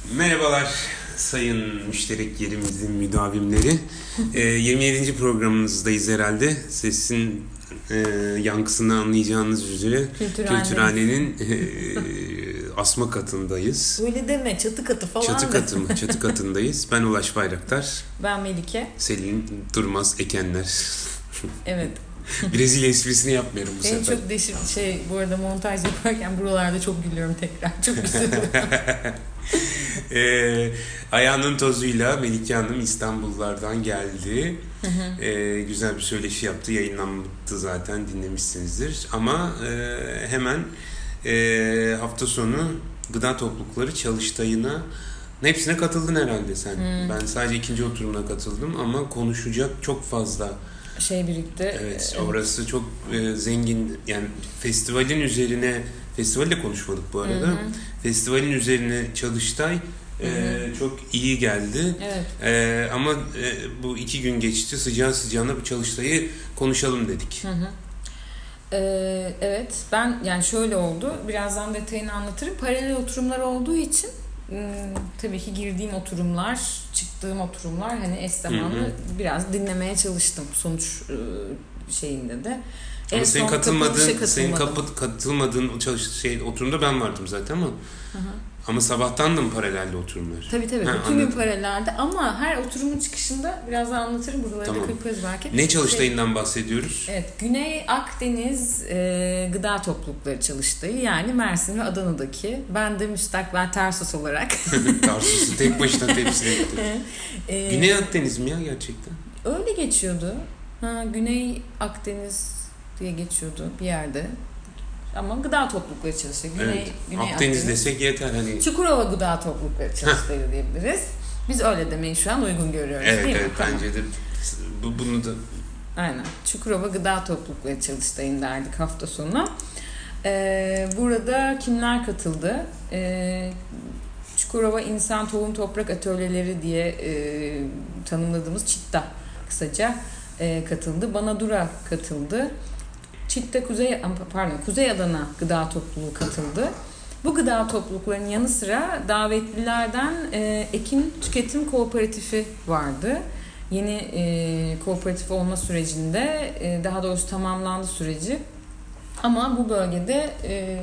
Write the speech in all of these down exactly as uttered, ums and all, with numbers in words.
Merhabalar sayın müşterek yerimizin müdavimleri. e, yirmi yedinci programımızdayız herhalde. Sesin e, yankısını anlayacağınız üzere Kültürhane. Kültürhane'nin e, asma katındayız. Öyle deme, çatı katı falan. Çatı katı mı? Çatı katındayız. Ben Ulaş Bayraktar. Ben Melike. Selin Durmaz Ekenler. Evet. Brezilya esprisini yapmıyorum bu Benim sefer. çok değişik şey, bu arada montaj yaparken buralarda çok gülüyorum tekrar. Çok güzel. e, ayağının tozuyla Melike Hanım İstanbullardan geldi. Hı hı. E, güzel bir söyleşi yaptı. Yayınlandı zaten, dinlemişsinizdir. Ama e, hemen e, hafta sonu Gıda Toplulukları Çalıştayı'na hepsine katıldın herhalde sen. Hmm. Ben sadece ikinci oturumuna katıldım ama konuşacak çok fazla Şey birlikte. evet, orası çok e, zengin. Yani festivalin üzerine, festivalde konuşmadık bu arada. Hı hı. Festivalin üzerine Çalıştay e, Hı hı. çok iyi geldi. Evet. E, ama e, bu iki gün geçti. Sıcağı sıcağına bu Çalıştay'ı konuşalım dedik. Hı hı. Ee, evet, ben yani şöyle oldu. Birazdan detayını anlatırım. Paralel oturumlar olduğu için ım, tabii ki girdiğim oturumlar, çıktığım oturumlar hani eş zamanlı Hı hı. biraz dinlemeye çalıştım sonuç ıı, şeyinde de. Ama En senin son katılmadığın, katılışa senin katılmadım. kapı, katılmadığın o çalış şey oturumda ben vardım zaten ama Hı hı. ama sabahtan da mı paralelde oturumlar? Tabii tabii. Ha, Bütün gün anladım. paralelde ama her oturumun çıkışında birazdan anlatırım. Buraları Tamam. da kırparız belki. Ne çalıştayından bahsediyoruz? Evet, Güney Akdeniz e, Gıda Toplulukları Çalıştayı, yani Mersin ve Adana'daki. Ben de müstakbel Tarsus olarak. Tarsus'u tek başına temsil etti. e, Güney Akdeniz mi ya gerçekten? Öyle geçiyordu. Ha, Güney Akdeniz diye geçiyordu bir yerde. Ama Gıda Toplulukları Çalıştayı. Güney, Evet. Güney Akdeniz, Akdeniz desek yeter hani. Çukurova Gıda Toplulukları Çalıştayı diyebiliriz. Biz öyle demeyi şu an uygun görüyoruz, Evet değil evet mi? Tamam. bence de bu, bunu da Aynen. Çukurova Gıda Toplulukları Çalıştayı'nı derdik hafta sonu. Ee, burada kimler katıldı? Ee, Çukurova İnsan Tohum Toprak Atölyeleri diye e, tanımladığımız ÇİTTA kısaca e, katıldı. Banadura katıldı. ÇİTTA Kuzey, pardon, Kuzey Adana Gıda Topluluğu katıldı. Bu gıda topluluklarının yanı sıra davetlilerden e, Ekin Tüketim Kooperatifi vardı. Yeni e, kooperatif olma sürecinde, e, daha doğrusu tamamlandı süreci. Ama bu bölgede e,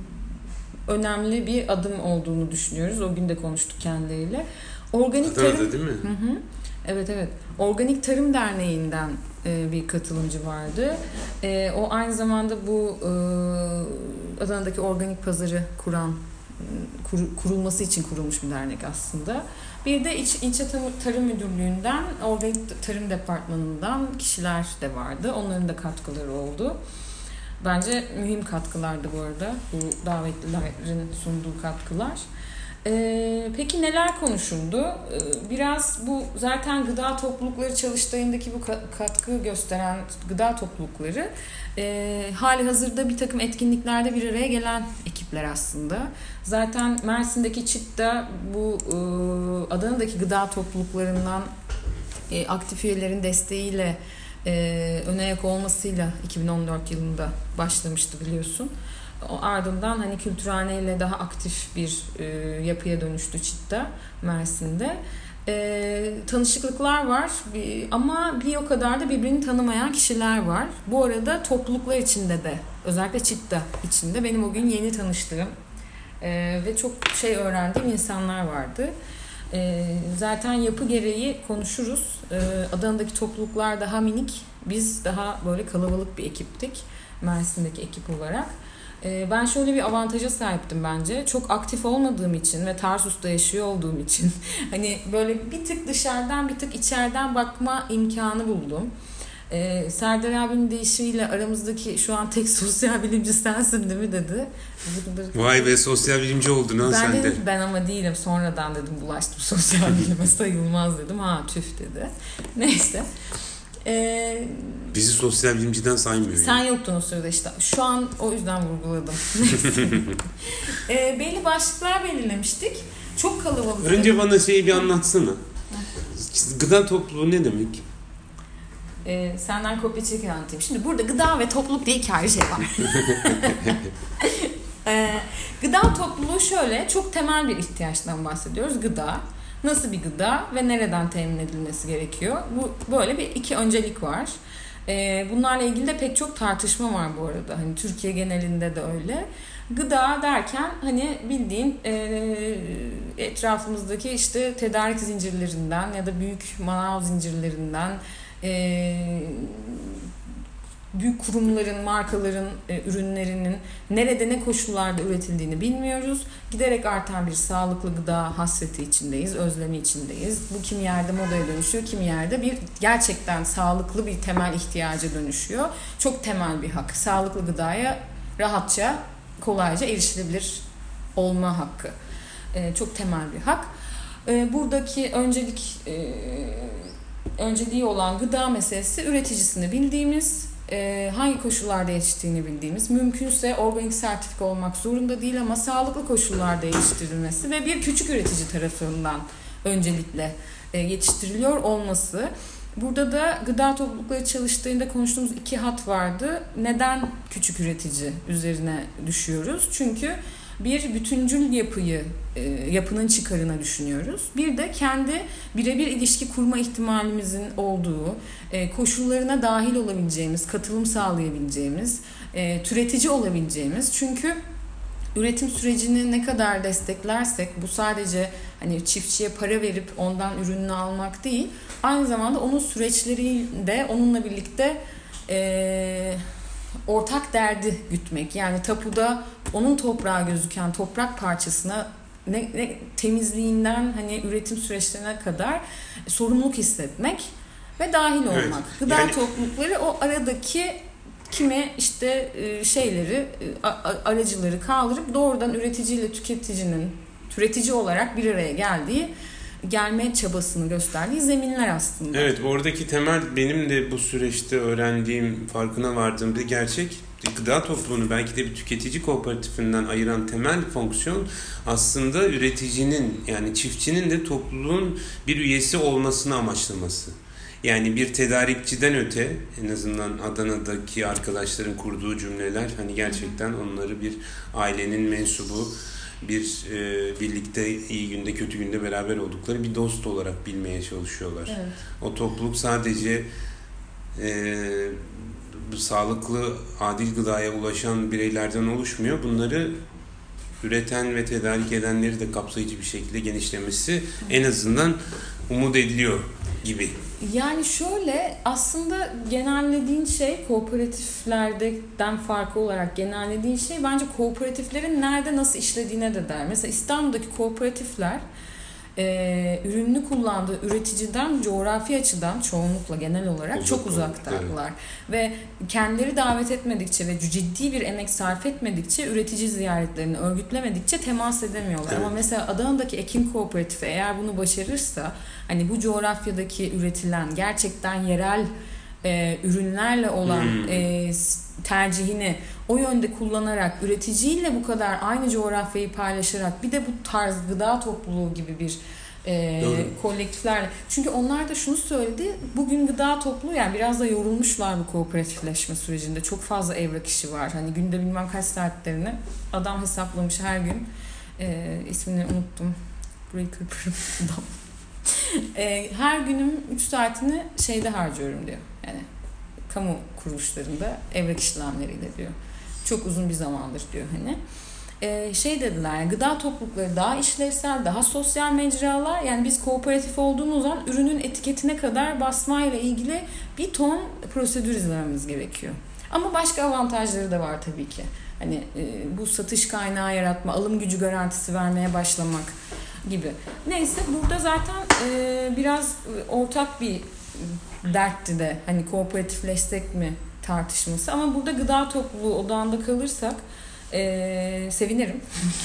önemli bir adım olduğunu düşünüyoruz. O gün de konuştuk kendileriyle. Organik Adana'da tarım, değil mi? hı hı. Evet evet. Organik Tarım Derneği'nden e, bir katılımcı vardı. E, o aynı zamanda bu e, Adana'daki organik pazarı kuran, kur, kurulması için kurulmuş bir dernek aslında. Bir de İç, İlçe Tarım Müdürlüğü'nden, Organik Tarım Departmanı'ndan kişiler de vardı. Onların da katkıları oldu. Bence mühim katkılardı bu arada. Bu davetlilerin sunduğu katkılar. Ee, peki neler konuşuldu? Ee, biraz bu zaten Gıda Toplulukları Çalıştayı'ndaki bu katkı gösteren gıda toplulukları e, hali hazırda bir takım etkinliklerde bir araya gelen ekipler aslında. Zaten Mersin'deki ÇİT'te bu e, Adana'daki gıda topluluklarından e, aktif üyelerin desteğiyle e, ön ayak olmasıyla iki bin on dört yılında başlamıştı biliyorsun. O ardından hani Kültürhane ile daha aktif bir e, yapıya dönüştü ÇİT'te, Mersin'de. E, tanışıklıklar var bir, ama bir o kadar da birbirini tanımayan kişiler var. Bu arada topluluklar içinde de, özellikle ÇİT'te içinde benim o gün yeni tanıştığım e, ve çok şey öğrendiğim insanlar vardı. E, zaten yapı gereği konuşuruz. E, Adana'daki topluluklar daha minik, biz daha böyle kalabalık bir ekiptik Mersin'deki ekip olarak. Ben şöyle bir avantaja sahiptim bence. Çok aktif olmadığım için ve Tarsus'ta yaşıyor olduğum için hani böyle bir tık dışarıdan bir tık içeriden bakma imkanı buldum. Ee, Serdar abinin deyişiyle aramızdaki şu an tek sosyal bilimci sensin değil mi dedi. Vay be, sosyal bilimci oldun ha ben sen de. dedim ben ama değilim, sonradan dedim bulaştım sosyal bilime, sayılmaz dedim. Ha tüf dedi. Neyse. Ee, Bizi sosyal bilimciden saymıyor. Sen yani. yoktun o sırada işte. Şu an o yüzden vurguladım. e, belli başlıklar belirlemiştik. Çok kalabalık. Önce bana şeyi bir anlatsana. Gıda topluluğu ne demek? E, senden kopya çekerek anlatayım. Şimdi burada gıda ve topluluk diye iki ayrı şey var. e, Gıda topluluğu şöyle, çok temel bir ihtiyaçtan bahsediyoruz. Gıda. Nasıl bir gıda ve nereden temin edilmesi gerekiyor? Bu böyle bir iki öncelik var. Ee, bunlarla ilgili de pek çok tartışma var bu arada. Hani Türkiye genelinde de öyle. Gıda derken hani bildiğin e, etrafımızdaki işte tedarik zincirlerinden ya da büyük manav zincirlerinden e, büyük kurumların, markaların e, ürünlerinin nerede ne koşullarda üretildiğini bilmiyoruz. Giderek artan bir sağlıklı gıda hasreti içindeyiz, özlemi içindeyiz. Bu kimi yerde modaya dönüşüyor, kimi yerde bir gerçekten sağlıklı bir temel ihtiyaca dönüşüyor. Çok temel bir hak. Sağlıklı gıdaya rahatça, kolayca erişilebilir olma hakkı. E, çok temel bir hak. E, buradaki öncelik e, önceliği olan gıda meselesi üreticisini bildiğimiz, e, hangi koşullarda yetiştiğini bildiğimiz, mümkünse organik sertifika olmak zorunda değil ama sağlıklı koşullarda yetiştirilmesi ve bir küçük üretici tarafından öncelikle e, yetiştiriliyor olması. Burada da gıda toplulukları çalıştığında konuştuğumuz iki hat vardı. Neden küçük üretici üzerine düşüyoruz? Çünkü bir bütüncül yapıyı, yapının çıkarına düşünüyoruz. Bir de kendi birebir ilişki kurma ihtimalimizin olduğu, koşullarına dahil olabileceğimiz, katılım sağlayabileceğimiz, türetici olabileceğimiz. Çünkü üretim sürecini ne kadar desteklersek, bu sadece hani çiftçiye para verip ondan ürününü almak değil, aynı zamanda onun süreçlerinde onunla birlikte e, ortak derdi gütmek. Yani tapuda onun toprağı gözüken toprak parçasına ne, ne temizliğinden hani üretim süreçlerine kadar sorumluluk hissetmek ve dahil olmak. Evet. Gıda yani... toplulukları o aradaki kimi işte şeyleri, aracıları kaldırıp doğrudan üreticiyle tüketicinin, türetici olarak bir araya geldiği, gelme çabasını gösterdiği zeminler aslında. Evet, oradaki temel benim de bu süreçte öğrendiğim, farkına vardığım bir gerçek. Gıda topluluğunu belki de bir tüketici kooperatifinden ayıran temel fonksiyon aslında üreticinin, yani çiftçinin de topluluğun bir üyesi olmasını amaçlaması. Yani bir tedarikçiden öte, en azından Adana'daki arkadaşların kurduğu cümleler hani gerçekten onları bir ailenin mensubu, bir e, birlikte iyi günde kötü günde beraber oldukları bir dost olarak bilmeye çalışıyorlar. Evet. O topluluk sadece e, bu sağlıklı, adil gıdaya ulaşan bireylerden oluşmuyor. Bunları üreten ve tedarik edenleri de kapsayıcı bir şekilde genişlemesi evet. en azından umut ediliyor gibi. Yani şöyle, aslında genellediğin şey, kooperatiflerden farkı olarak genellediğin şey bence kooperatiflerin nerede nasıl işlediğine de der. Mesela İstanbul'daki kooperatifler e, ürününü kullandığı üreticiden coğrafi açıdan çoğunlukla genel olarak Uzak çok uzaktalar. Evet. Ve kendileri davet etmedikçe ve ciddi bir emek sarf etmedikçe, üretici ziyaretlerini örgütlemedikçe temas edemiyorlar. Evet. Ama mesela Adana'daki Ekim Kooperatifi eğer bunu başarırsa, hani bu coğrafyadaki üretilen gerçekten yerel e, ürünlerle olan hmm. e, tercihini o yönde kullanarak, üreticiyle bu kadar aynı coğrafyayı paylaşarak, bir de bu tarz gıda topluluğu gibi bir e, kolektiflerle. Çünkü onlar da şunu söyledi, bugün gıda topluluğu, yani biraz da yorulmuşlar bu kooperatifleşme sürecinde. Çok fazla evrak işi var. Hani günde bilmem kaç saatlerini adam hesaplamış her gün. E, ismini unuttum. Burayı kırpırım. Her günüm üç saatini şeyde harcıyorum diyor. Yani kamu kuruluşlarında evrak işlemleriyle diyor. Çok uzun bir zamandır diyor hani. Ee, şey dediler, yani gıda toplulukları daha işlevsel, daha sosyal mecralar. Yani biz kooperatif olduğumuz an ürünün etiketine kadar basmayla ilgili bir ton prosedür izlememiz gerekiyor. Ama başka avantajları da var tabii ki. Hani e, bu satış kaynağı yaratma, alım gücü garantisi vermeye başlamak gibi. Neyse, burada zaten e, biraz ortak bir dertti de hani kooperatifleşsek mi tartışması, ama burada gıda topluluğu odağında kalırsak e, sevinirim.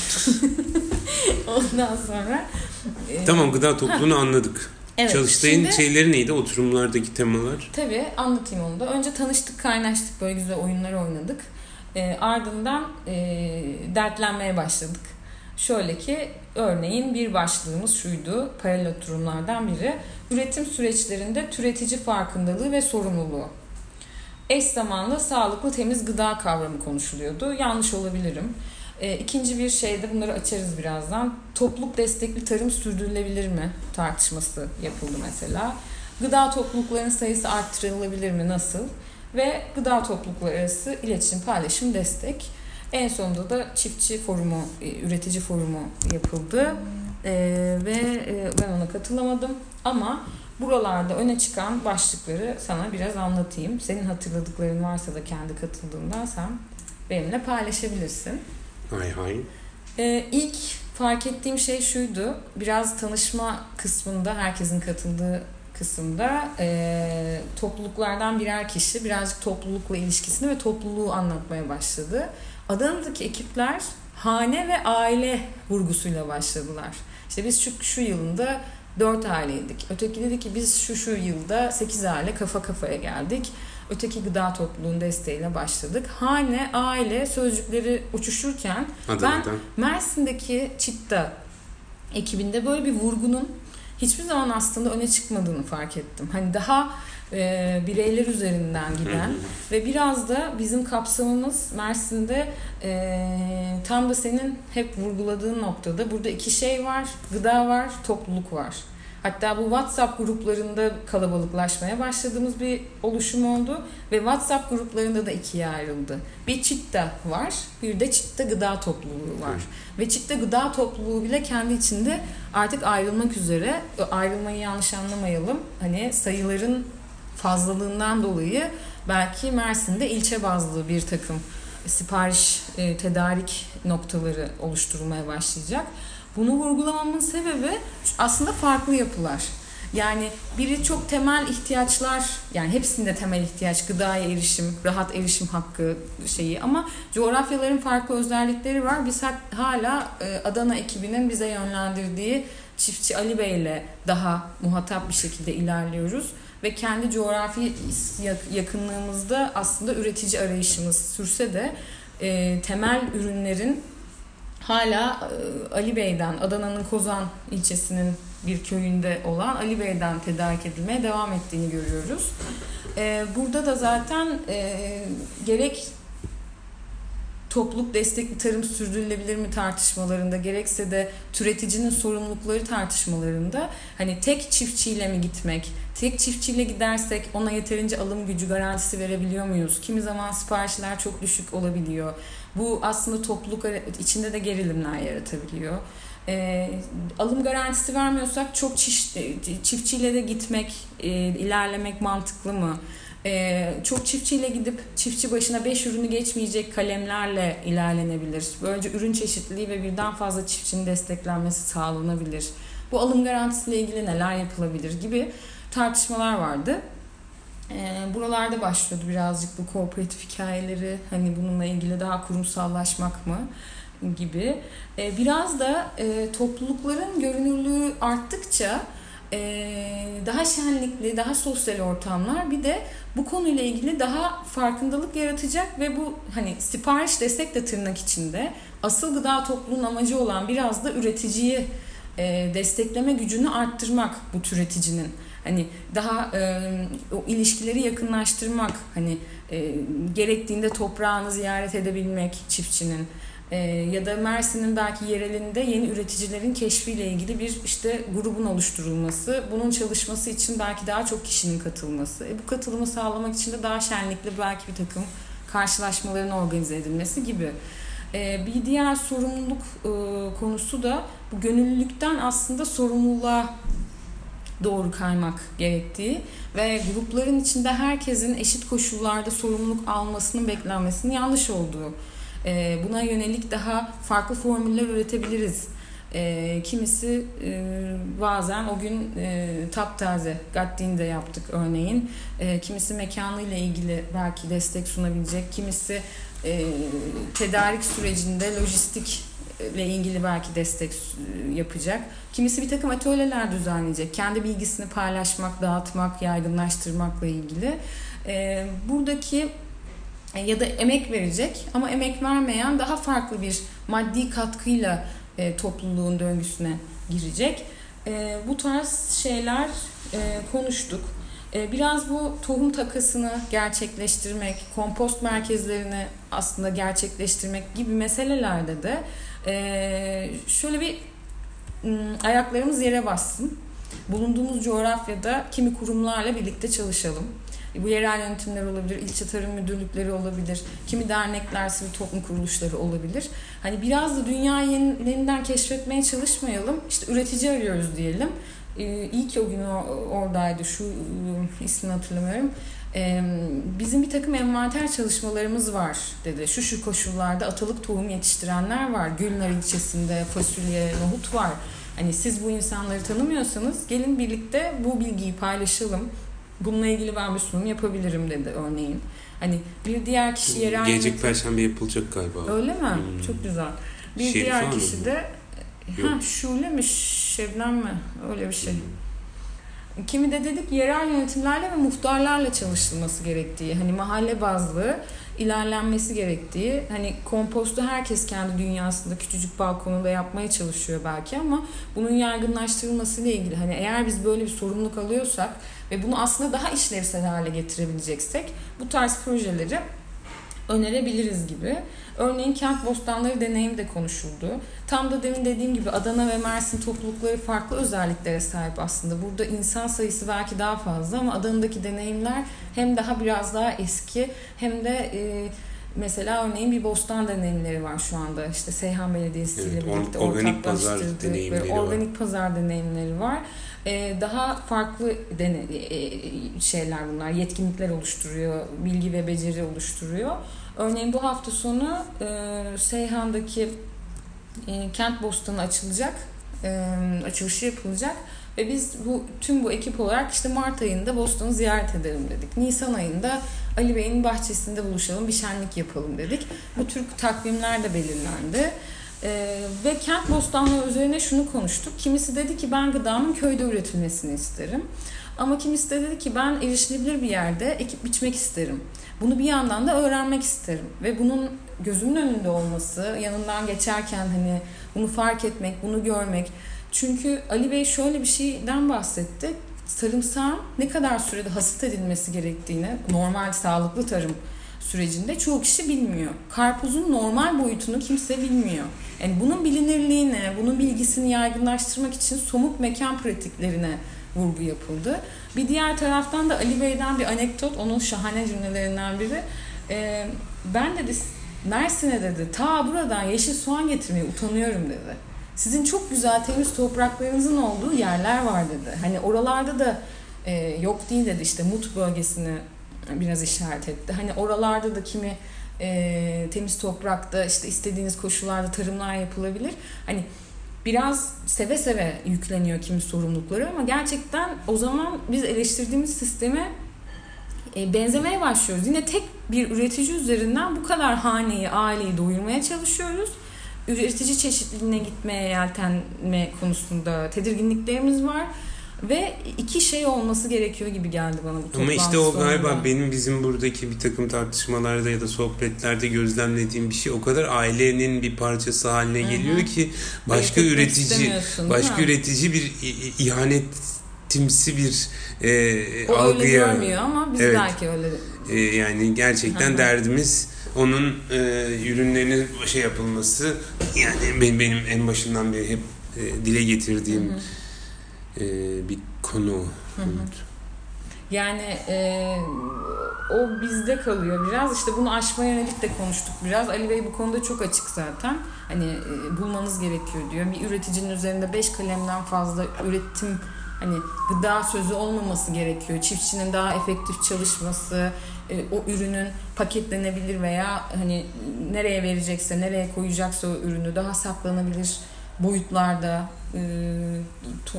Ondan sonra e, tamam, gıda topluluğunu ha. anladık. Evet, Çalıştayın şimdi, şeyleri neydi? Oturumlardaki temalar. Tabii, anlatayım onu da. Önce tanıştık, kaynaştık, böyle güzel oyunlar oynadık. E, ardından e, dertlenmeye başladık. Şöyle ki, örneğin bir başlığımız şuydu, paralel oturumlardan biri: üretim süreçlerinde türetici farkındalığı ve sorumluluğu. Eş zamanlı sağlıklı temiz gıda kavramı konuşuluyordu. Yanlış olabilirim. E, ikinci bir şeyde bunları açarız birazdan. Topluluk destekli tarım sürdürülebilir mi tartışması yapıldı mesela. Gıda topluluklarının sayısı arttırılabilir mi, nasıl? Ve gıda toplulukları arası iletişim, paylaşım, destek. En sonunda da çiftçi forumu, üretici forumu yapıldı. Ee, ve e, ben ona katılamadım. Ama buralarda öne çıkan başlıkları sana biraz anlatayım. Senin hatırladıkların varsa da kendi katıldığından sen benimle paylaşabilirsin. Hay hay. Ee, ilk fark ettiğim şey şuydu. Biraz tanışma kısmında, herkesin katıldığı kısımda e, topluluklardan birer kişi birazcık toplulukla ilişkisini ve topluluğu anlatmaya başladı. Adana'daki ekipler hane ve aile vurgusuyla başladılar. İşte biz şu, şu yılında dört aileydik. Öteki dedi ki biz şu şu yılda sekiz aile kafa kafaya geldik. Öteki gıda topluluğunun desteğiyle başladık. Hane, aile sözcükleri uçuşurken Adana'da. Ben Mersin'deki Çitta ekibinde böyle bir vurgunun hiçbir zaman aslında öne çıkmadığını fark ettim. Hani daha e, bireyler üzerinden giden ve biraz da bizim kapsamımız Mersin'de e, tam da senin hep vurguladığın noktada burada iki şey var. Gıda var, topluluk var. Hatta bu WhatsApp gruplarında kalabalıklaşmaya başladığımız bir oluşum oldu ve WhatsApp gruplarında da ikiye ayrıldı. Bir Çitta var, bir de Çitta Gıda Topluluğu var. Hı. Ve Çitta Gıda Topluluğu bile kendi içinde artık ayrılmak üzere. Ayrılmayı yanlış anlamayalım. Hani sayıların fazlalığından dolayı belki Mersin'de ilçe bazlı bir takım sipariş, e, tedarik noktaları oluşturulmaya başlayacak. Bunu vurgulamamın sebebi aslında farklı yapılar. Yani biri çok temel ihtiyaçlar, yani hepsinde temel ihtiyaç, gıdaya erişim, rahat erişim hakkı şeyi ama coğrafyaların farklı özellikleri var. Biz hala Adana ekibinin bize yönlendirdiği Çiftçi Ali Bey ile daha muhatap bir şekilde ilerliyoruz. Ve kendi coğrafi yakınlığımızda aslında üretici arayışımız sürse de e, temel ürünlerin hala Ali Bey'den, Adana'nın Kozan ilçesinin bir köyünde olan Ali Bey'den tedarik edilmeye devam ettiğini görüyoruz. Burada da zaten gerek topluluk destekli tarım sürdürülebilir mi tartışmalarında, gerekse de türeticinin sorumlulukları tartışmalarında hani tek çiftçiyle mi gitmek, tek çiftçiyle gidersek ona yeterince alım gücü garantisi verebiliyor muyuz? Kimi zaman siparişler çok düşük olabiliyor. Bu aslında topluluk içinde de gerilimler yaratabiliyor. E, alım garantisi vermiyorsak çok çiftçiyle de gitmek, e, ilerlemek mantıklı mı? E, çok çiftçiyle gidip çiftçi başına beş ürünü geçmeyecek kalemlerle ilerlenebilir. Böylece ürün çeşitliliği ve birden fazla çiftçinin desteklenmesi sağlanabilir. Bu alım garantisiyle ilgili neler yapılabilir gibi tartışmalar vardı. E, buralarda başlıyordu birazcık bu kooperatif hikayeleri, hani bununla ilgili daha kurumsallaşmak mı gibi. E, biraz da e, toplulukların görünürlüğü arttıkça e, daha şenlikli, daha sosyal ortamlar, bir de bu konuyla ilgili daha farkındalık yaratacak ve bu hani sipariş destek de tırnak içinde asıl gıda topluluğunun amacı olan biraz da üreticiyi e, destekleme gücünü arttırmak bu türeticinin. Hani daha e, o ilişkileri yakınlaştırmak, hani e, gerektiğinde toprağını ziyaret edebilmek çiftçinin e, ya da Mersin'in belki yerelinde yeni üreticilerin keşfiyle ilgili bir işte grubun oluşturulması, bunun çalışması için belki daha çok kişinin katılması, e, bu katılımı sağlamak için de daha şenlikli belki bir takım karşılaşmaların organize edilmesi gibi. E, bir diğer sorumluluk e, konusu da bu gönüllülükten aslında sorumluluğa doğru kaymak gerektiği ve grupların içinde herkesin eşit koşullarda sorumluluk almasının beklenmesinin yanlış olduğu. E, buna yönelik daha farklı formüller üretebiliriz. E, kimisi e, bazen o gün e, taptaze Gattin'de yaptık örneğin. E, kimisi mekanıyla ilgili belki destek sunabilecek. Kimisi e, tedarik sürecinde lojistik ile ilgili belki destek yapacak. Kimisi bir takım atölyeler düzenleyecek. Kendi bilgisini paylaşmak, dağıtmak, yaygınlaştırmakla ilgili. E, buradaki ya da emek verecek ama emek vermeyen daha farklı bir maddi katkıyla e, topluluğun döngüsüne girecek. E, bu tarz şeyler e, konuştuk. Biraz bu tohum takasını gerçekleştirmek, kompost merkezlerini aslında gerçekleştirmek gibi meselelerde de şöyle bir ayaklarımız yere bassın. Bulunduğumuz coğrafyada kimi kurumlarla birlikte çalışalım. Bu yerel yönetimler olabilir, ilçe tarım müdürlükleri olabilir, kimi dernekler, sivil toplum kuruluşları olabilir. Hani biraz da dünyayı yeniden keşfetmeye çalışmayalım. İşte üretici arıyoruz diyelim. Ee, iyi ki o gün oradaydı, şu ismini hatırlamıyorum. Ee, bizim bir takım envanter çalışmalarımız var dedi. Şu şu koşullarda atalık tohum yetiştirenler var. Gülnar ilçesinde fasulye, nohut var. Hani siz bu insanları tanımıyorsanız gelin birlikte bu bilgiyi paylaşalım. Bununla ilgili ben bir sunum yapabilirim dedi örneğin. Hani bir diğer kişi yerel... Gelecek Perşembe yapılacak galiba. Öyle mi? Hmm. Çok güzel. Bir Şerif diğer kişi mı? de... Ha, Şule mi? Şebnem mi? Öyle bir şey. Hmm. Kimi de dedik yerel yönetimlerle ve muhtarlarla çalışılması gerektiği. Hani mahalle bazlı ilerlenmesi gerektiği. Hani kompostu herkes kendi dünyasında küçücük balkonunda yapmaya çalışıyor belki ama bunun yaygınlaştırılmasıyla ilgili. Hani eğer biz böyle bir sorumluluk alıyorsak ve bunu aslında daha işlevsel hale getirebileceksek bu tarz projeleri önerebiliriz gibi. Örneğin kent bostanları deneyimi de konuşuldu. Tam da demin dediğim gibi Adana ve Mersin toplulukları farklı özelliklere sahip aslında. Burada insan sayısı belki daha fazla ama Adana'daki deneyimler hem daha biraz daha eski hem de e, mesela örneğin bir bostan deneyimleri var şu anda. İşte Seyhan Belediyesi ile evet, birlikte organik pazar deneyimleri var. Organik pazar deneyimleri var. Ee, daha farklı dene- şeyler bunlar, yetkinlikler oluşturuyor, bilgi ve beceri oluşturuyor. Örneğin bu hafta sonu e, Seyhan'daki e, kent bostanı açılacak, e, açılışı yapılacak ve biz bu tüm bu ekip olarak işte Mart ayında bostanı ziyaret edelim dedik. Nisan ayında Ali Bey'in bahçesinde buluşalım, bir şenlik yapalım dedik. Bu tür takvimler de belirlendi. Ee, ve kent bostanlığı üzerine şunu konuştuk. Kimisi dedi ki ben gıdamın köyde üretilmesini isterim. Ama kimisi de dedi ki ben erişilebilir bir yerde ekip biçmek isterim. Bunu bir yandan da öğrenmek isterim. Ve bunun gözümün önünde olması, yanından geçerken hani bunu fark etmek, bunu görmek. Çünkü Ali Bey şöyle bir şeyden bahsetti. Sarımsağın ne kadar sürede hasat edilmesi gerektiğini, normal sağlıklı tarım sürecinde çoğu kişi bilmiyor. Karpuzun normal boyutunu kimse bilmiyor. Yani bunun bilinirliğine, bunun bilgisini yaygınlaştırmak için somut mekan pratiklerine vurgu yapıldı. Bir diğer taraftan da Ali Bey'den bir anekdot, onun şahane cümlelerinden biri. Ee, ben dedi Mersin'e dedi ta buradan yeşil soğan getirmeye utanıyorum dedi. Sizin çok güzel temiz topraklarınızın olduğu yerler var dedi. Hani oralarda da e, yok değil dedi, işte Mut bölgesini biraz işaret etti. Hani oralarda da kimi e, temiz toprakta işte istediğiniz koşullarda tarımlar yapılabilir. Hani biraz seve seve yükleniyor kimi sorumlulukları ama gerçekten o zaman biz eleştirdiğimiz sisteme e, benzemeye başlıyoruz. Yine tek bir üretici üzerinden bu kadar haneyi, aileyi doyurmaya çalışıyoruz. Üretici çeşitliliğine gitmeye yeltenme konusunda tedirginliklerimiz var. Ve iki şey olması gerekiyor gibi geldi bana bu toplantı sonunda. Ama işte o galiba sonunda. Benim bizim buradaki bir takım tartışmalarda ya da sohbetlerde gözlemlediğim bir şey o kadar ailenin bir parçası haline Hı-hı. geliyor ki başka Ayıp üretici başka üretici bir ihanetimsi bir e, o algıya. O öyle görmüyor ama biz evet. belki öyle. E, yani gerçekten Hı-hı. derdimiz onun e, ürünlerinin şey yapılması, yani benim, benim en başından beri hep e, dile getirdiğim Hı-hı. Ee, bir konu. Hı hı. Yani e, o bizde kalıyor biraz. İşte bunu aşmaya yönelik de konuştuk biraz. Ali Bey bu konuda çok açık zaten. Hani e, bulmanız gerekiyor diyor. Bir üreticinin üzerinde beş kalemden fazla üretim, hani gıda sözü olmaması gerekiyor. Çiftçinin daha efektif çalışması, e, o ürünün paketlenebilir veya hani nereye verecekse, nereye koyacaksa o ürünü daha saklanabilir boyutlarda, e, to,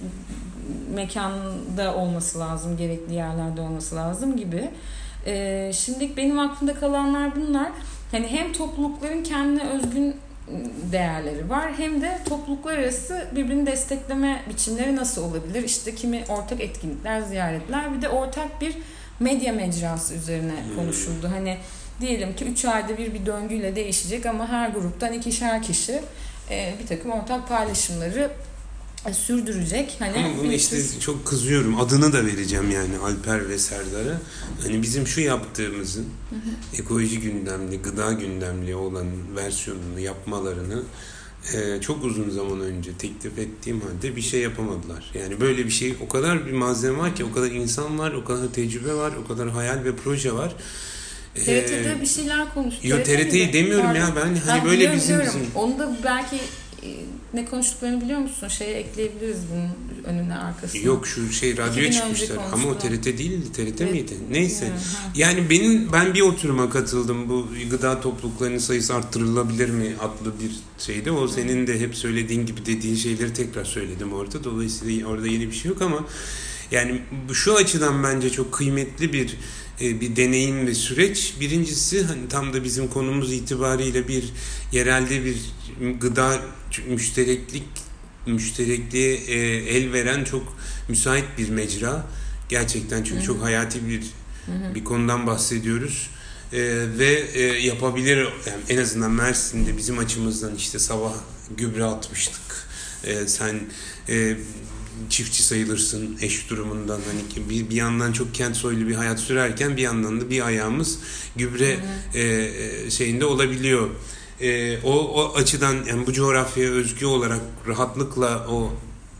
mekanda olması lazım, gerekli yerlerde olması lazım gibi. E, şimdilik benim aklımda kalanlar bunlar. Hani hem toplulukların kendine özgün değerleri var, hem de topluluklar arası birbirini destekleme biçimleri nasıl olabilir? İşte kimi ortak etkinlikler, ziyaretler, bir de ortak bir medya mecrası üzerine konuşuldu. Hani diyelim ki üç ayda bir bir döngüyle değişecek ama her gruptan ikişer kişi bir takım ortak paylaşımları sürdürecek. Hani ama bunu işte siz... çok kızıyorum. Adını da vereceğim yani Alper ve Serdar'a. Hani bizim şu yaptığımızın hı hı. ekoloji gündemli, gıda gündemli olan versiyonunu yapmalarını e, çok uzun zaman önce teklif ettiğim halde bir şey yapamadılar. Yani böyle bir şey, o kadar bir malzeme var ki, o kadar insan var, o kadar tecrübe var, o kadar hayal ve proje var. T R T'de bir şeyler konuştuk. Yok T R T'yi demiyorum Pardon. ya ben hani ben böyle bizim, bizim onu da belki ne konuştuklarını biliyor musun? Şeye ekleyebiliriz bunun önüne arkasına. Yok şu şey radyoya çıkmışlar ama o T R T değildi. T R T evet. miydi? Neyse. Yani, yani benim ben bir oturuma katıldım. Bu gıda topluluklarının sayısı arttırılabilir mi adlı bir şeyde. O senin de hep söylediğin gibi dediğin şeyleri tekrar söyledim orada. Dolayısıyla orada yeni bir şey yok ama yani şu açıdan bence çok kıymetli bir bir deneyim ve süreç. Birincisi hani tam da bizim konumuz itibariyle bir yerelde bir gıda müştereklik müşterekliğe el veren çok müsait bir mecra. Gerçekten çünkü Hı-hı. çok hayati bir Hı-hı. bir konudan bahsediyoruz. Ee, ve e, yapabilir yani en azından Mersin'de bizim açımızdan işte sabah gübre atmıştık. Ee, sen e, çiftçi sayılırsın eş durumundan hani bir, bir yandan çok kent soylu bir hayat sürerken bir yandan da bir ayağımız gübre e, şeyinde olabiliyor. E, o, o açıdan yani bu coğrafyaya özgü olarak rahatlıkla o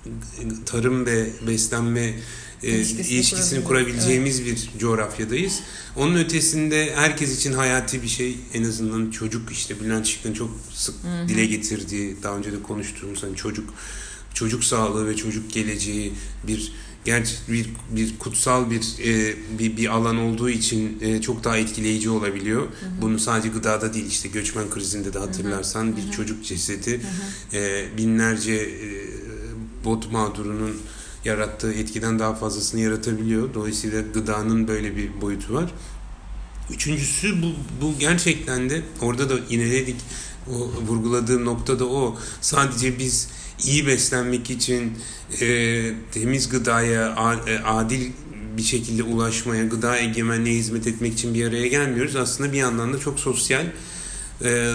tarım ve beslenme e, ilişkisini, ilişkisini kurabileceğimiz evet. bir coğrafyadayız. Onun ötesinde herkes için hayati bir şey, en azından çocuk, işte Bülent Şık'ın çok sık Hı-hı. dile getirdiği, daha önce de konuştuğumuz hani çocuk çocuk sağlığı ve çocuk geleceği bir gerçi bir bir kutsal bir e, bir bir alan olduğu için e, çok daha etkileyici olabiliyor. Hı hı. Bunu sadece gıdada değil, işte göçmen krizinde de hatırlarsan hı hı. bir çocuk cesedi hı hı. E, binlerce e, bot mağdurunun yarattığı etkiden daha fazlasını yaratabiliyor. Dolayısıyla gıdanın böyle bir boyutu var. Üçüncüsü bu bu gerçekten de orada da ineledik. O vurguladığım nokta da o. Sadece biz iyi beslenmek için e, temiz gıdaya adil bir şekilde ulaşmaya, gıda egemenliğe hizmet etmek için bir araya gelmiyoruz. Aslında bir yandan da çok sosyal, e,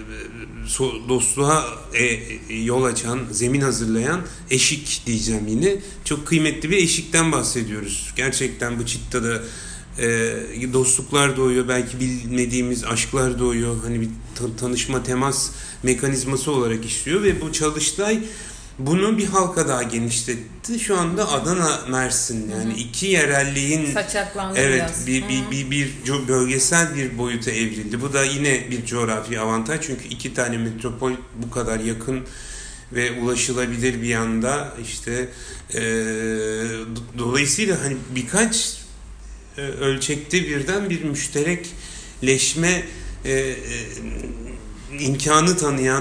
so, dostluğa e, yol açan, zemin hazırlayan eşik diyeceğim yine. Çok kıymetli bir eşikten bahsediyoruz. Gerçekten bu Çitta'da e, dostluklar doğuyor, belki bilmediğimiz aşklar doğuyor. Hani bir tanışma, temas mekanizması olarak işliyor ve bu Çalıştay bunu bir halka daha genişletti. Şu anda Adana, Mersin yani Hı-hı. iki yerelliğin evet bir, bir bir bir bir bölgesel bir boyuta evrildi. Bu da yine bir coğrafi avantaj çünkü iki tane metropol bu kadar yakın ve ulaşılabilir bir yanda işte e, dolayısıyla hani birkaç e, ölçekte birden bir müşterekleşme e, e, imkanı tanıyan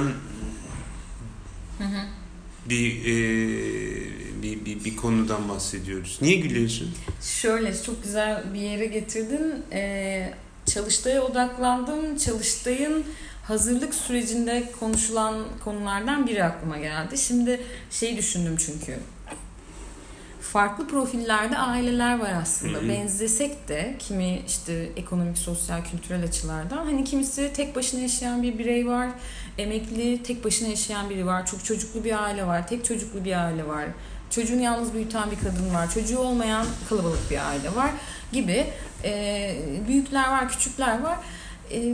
hı hı. Bir, e, bir bir bir konudan bahsediyoruz. Niye gülüyorsun? Şöyle çok güzel bir yere getirdin. Ee, Çalıştay'a odaklandım. Çalıştay'ın hazırlık sürecinde konuşulan konulardan biri aklıma geldi. Şimdi şey düşündüm çünkü. Farklı profillerde aileler var aslında. Hı-hı. Benzesek de kimi işte ekonomik, sosyal, kültürel açılardan hani kimisi tek başına yaşayan bir birey var. Emekli, tek başına yaşayan biri var. Çok çocuklu bir aile var. Tek çocuklu bir aile var. Çocuğunu yalnız büyüten bir kadın var. Çocuğu olmayan kalabalık bir aile var gibi. E, büyükler var, küçükler var. E,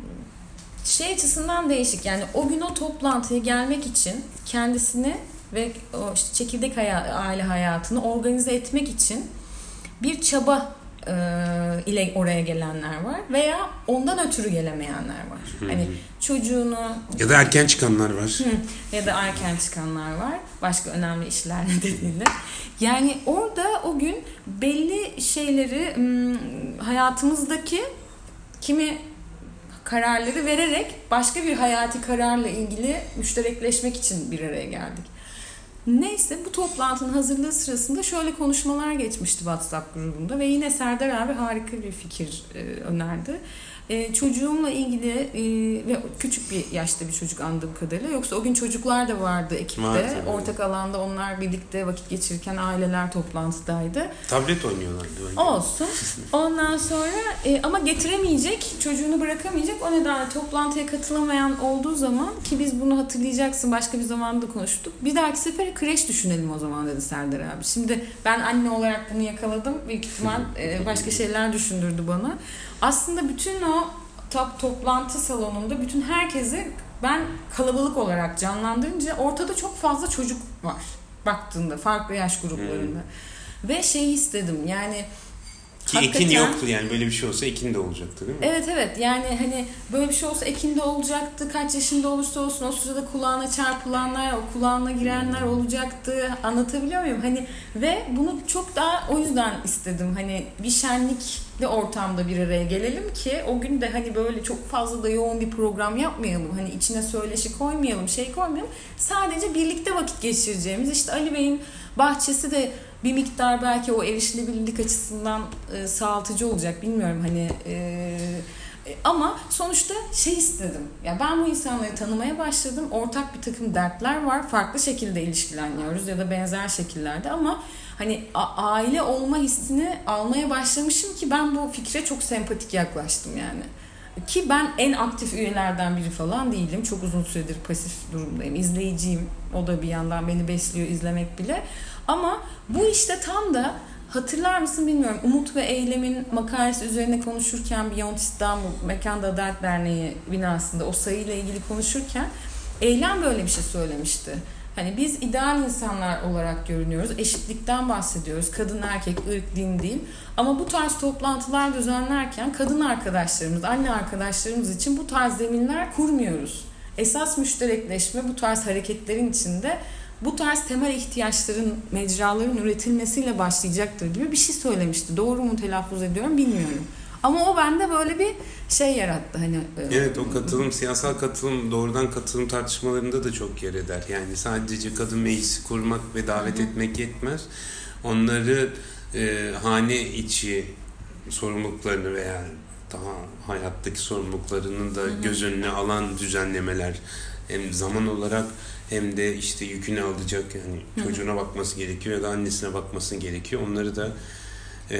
şey açısından değişik. Yani o gün o toplantıya gelmek için kendisini ve o işte çekirdek hayat, aile hayatını organize etmek için bir çaba e, ile oraya gelenler var veya ondan ötürü gelemeyenler var. Hı-hı. Hani çocuğunu ya da erken çıkanlar var. Hı, ya da erken çıkanlar var. Başka önemli işler nedeniyle. Yani orada o gün belli şeyleri hayatımızdaki kimi kararları vererek başka bir hayati kararla ilgili müşterekleşmek için bir araya geldik. Neyse bu toplantının hazırlığı sırasında şöyle konuşmalar geçmişti WhatsApp grubunda ve yine Serdar abi harika bir fikir e, önerdi. e, çocuğumla ilgili e, ve küçük bir yaşta bir çocuk anladığım kadarıyla. Yoksa o gün çocuklar da vardı ekipte. Vardı, Ortak alanda onlar birlikte vakit geçirirken aileler toplantıdaydı. Tablet oynuyorlardı. Olsun. Ondan sonra e, ama getiremeyecek, çocuğunu bırakamayacak. O nedenle toplantıya katılamayan olduğu zaman, ki biz bunu hatırlayacaksın, başka bir zamanda konuştuk. Bir dahaki sefere kreş düşünelim o zaman dedi Serdar abi. Şimdi ben anne olarak bunu yakaladım. Büyük ihtimal e, başka şeyler düşündürdü bana. Aslında bütün o top, toplantı salonunda bütün herkesi ben kalabalık olarak canlandırınca ortada çok fazla çocuk var. Baktığında farklı yaş gruplarında. Hmm. Ve şey istedim yani ki Ekin yoktu yani, böyle bir şey olsa Ekin de olacaktı değil mi? Evet evet, yani hani böyle bir şey olsa Ekin de olacaktı, kaç yaşında olursa olsun o sırada kulağına çarpılanlar, o kulağına girenler olacaktı, anlatabiliyor muyum? Hani ve bunu çok daha o yüzden istedim, hani bir şenlikli ortamda bir araya gelelim ki o gün de hani böyle çok fazla da yoğun bir program yapmayalım, hani içine söyleşi koymayalım, şey koymayalım, sadece birlikte vakit geçireceğimiz, işte Ali Bey'in bahçesi de bir miktar belki o erişilebilirlik açısından e, sağaltıcı olacak, bilmiyorum hani e, e, ama sonuçta şey istedim. Ya ben bu insanları tanımaya başladım. Ortak bir takım dertler var. Farklı şekilde ilişkileniyoruz ya da benzer şekillerde ama hani a- aile olma hissini almaya başlamışım ki ben bu fikre çok sempatik yaklaştım yani. Ki ben en aktif üyelerden biri falan değilim. Çok uzun süredir pasif durumdayım. İzleyiciyim. O da bir yandan beni besliyor izlemek bile. Ama bu işte tam da hatırlar mısın bilmiyorum. Umut ve Eylem'in makalesi üzerine konuşurken Beyond İstanbul Mekanda Adalet Derneği binasında o sayıyla ilgili konuşurken Eylem böyle bir şey söylemişti. Hani biz ideal insanlar olarak görünüyoruz. Eşitlikten bahsediyoruz. Kadın, erkek, ırk, din değil. Ama bu tarz toplantılar düzenlerken kadın arkadaşlarımız, anne arkadaşlarımız için bu tarz zeminler kurmuyoruz. Esas müşterekleşme bu tarz hareketlerin içinde bu tarz temel ihtiyaçların, mecraların üretilmesiyle başlayacaktır gibi bir şey söylemişti. Doğru mu telaffuz ediyorum bilmiyorum. Ama o bende böyle bir şey yarattı. Hani evet, o katılım, siyasal katılım, doğrudan katılım tartışmalarında da çok yer eder. Yani sadece kadın meclisi kurmak ve davet Hı-hı. etmek yetmez. Onları e, hane içi sorumluluklarını veya daha hayattaki sorumluluklarının da Hı-hı. göz önüne alan düzenlemeler, hem zaman olarak hem de işte yükünü alacak, yani Hı-hı. çocuğuna bakması gerekiyor ya da annesine bakması gerekiyor. Onları da e,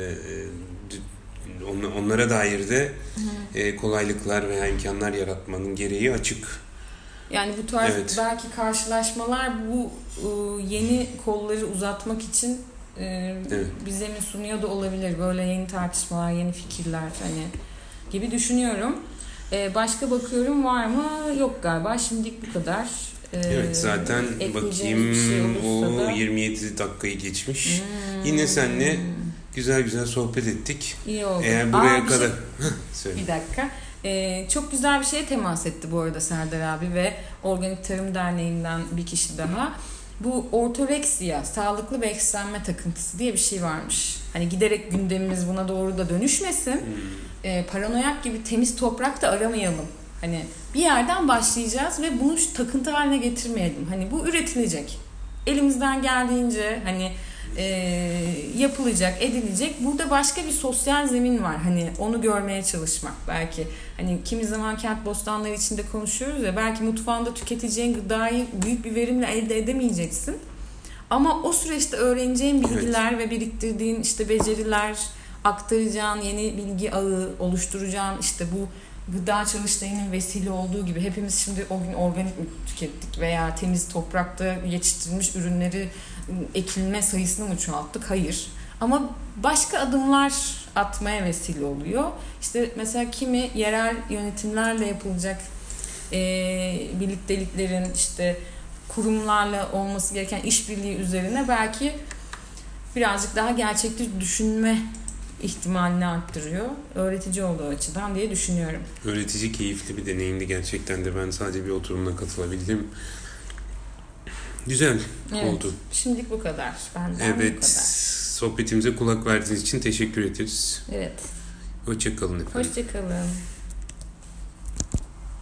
onlara dair de e, kolaylıklar veya imkanlar yaratmanın gereği açık. Yani bu tarz evet. belki karşılaşmalar bu e, yeni kolları uzatmak için e, evet. bir zemin sunuyor da olabilir. Böyle yeni tartışmalar, yeni fikirler hani gibi düşünüyorum. E, başka bakıyorum var mı? Yok galiba. Şimdilik bu kadar. E, evet, zaten bakayım şey o da... yirmi yedi dakikayı geçmiş. Hmm. Yine seninle güzel güzel sohbet ettik. İyi oldu. Eğer buraya Aa, kadar... Şey... bir dakika. Ee, çok güzel bir şeye temas etti bu arada Serdar abi ve Organik Tarım Derneği'nden bir kişi daha. Bu ortoreksiya, sağlıklı beslenme takıntısı diye bir şey varmış. Hani giderek gündemimiz buna doğru da dönüşmesin. Hmm. Ee, paranoyak gibi temiz toprak da aramayalım. Hani bir yerden başlayacağız ve bunu takıntı haline getirmeyelim. Hani bu üretilecek. Elimizden geldiğince hani E, yapılacak, edilecek. Burada başka bir sosyal zemin var. Hani onu görmeye çalışmak. Belki hani kimi zaman kent bostanları içinde konuşuyoruz ya, belki mutfağında tüketeceğin gıdayı büyük bir verimle elde edemeyeceksin. Ama o süreçte öğreneceğin bilgiler evet. ve biriktirdiğin işte beceriler, aktaracağın yeni bilgi ağı, oluşturacağın işte bu gıda çalıştayının vesile olduğu gibi hepimiz şimdi o gün organik mi tükettik veya temiz toprakta yetiştirilmiş ürünleri ekilme sayısını mı çoğalttık? Hayır. Ama başka adımlar atmaya vesile oluyor. İşte mesela kimi yerel yönetimlerle yapılacak e, birlikteliklerin işte kurumlarla olması gereken işbirliği üzerine belki birazcık daha gerçekçi düşünme ihtimalini arttırıyor. Öğretici olduğu açıdan diye düşünüyorum. Öğretici, keyifli bir deneyimdi gerçekten de. Ben sadece bir oturumla katılabildim. Güzel evet, oldu. Şimdilik bu kadar. Benden evet, bu kadar. Sohbetimize kulak verdiğiniz için teşekkür ederiz. Evet. Hoşça kalın efendim. Hoşça kalın.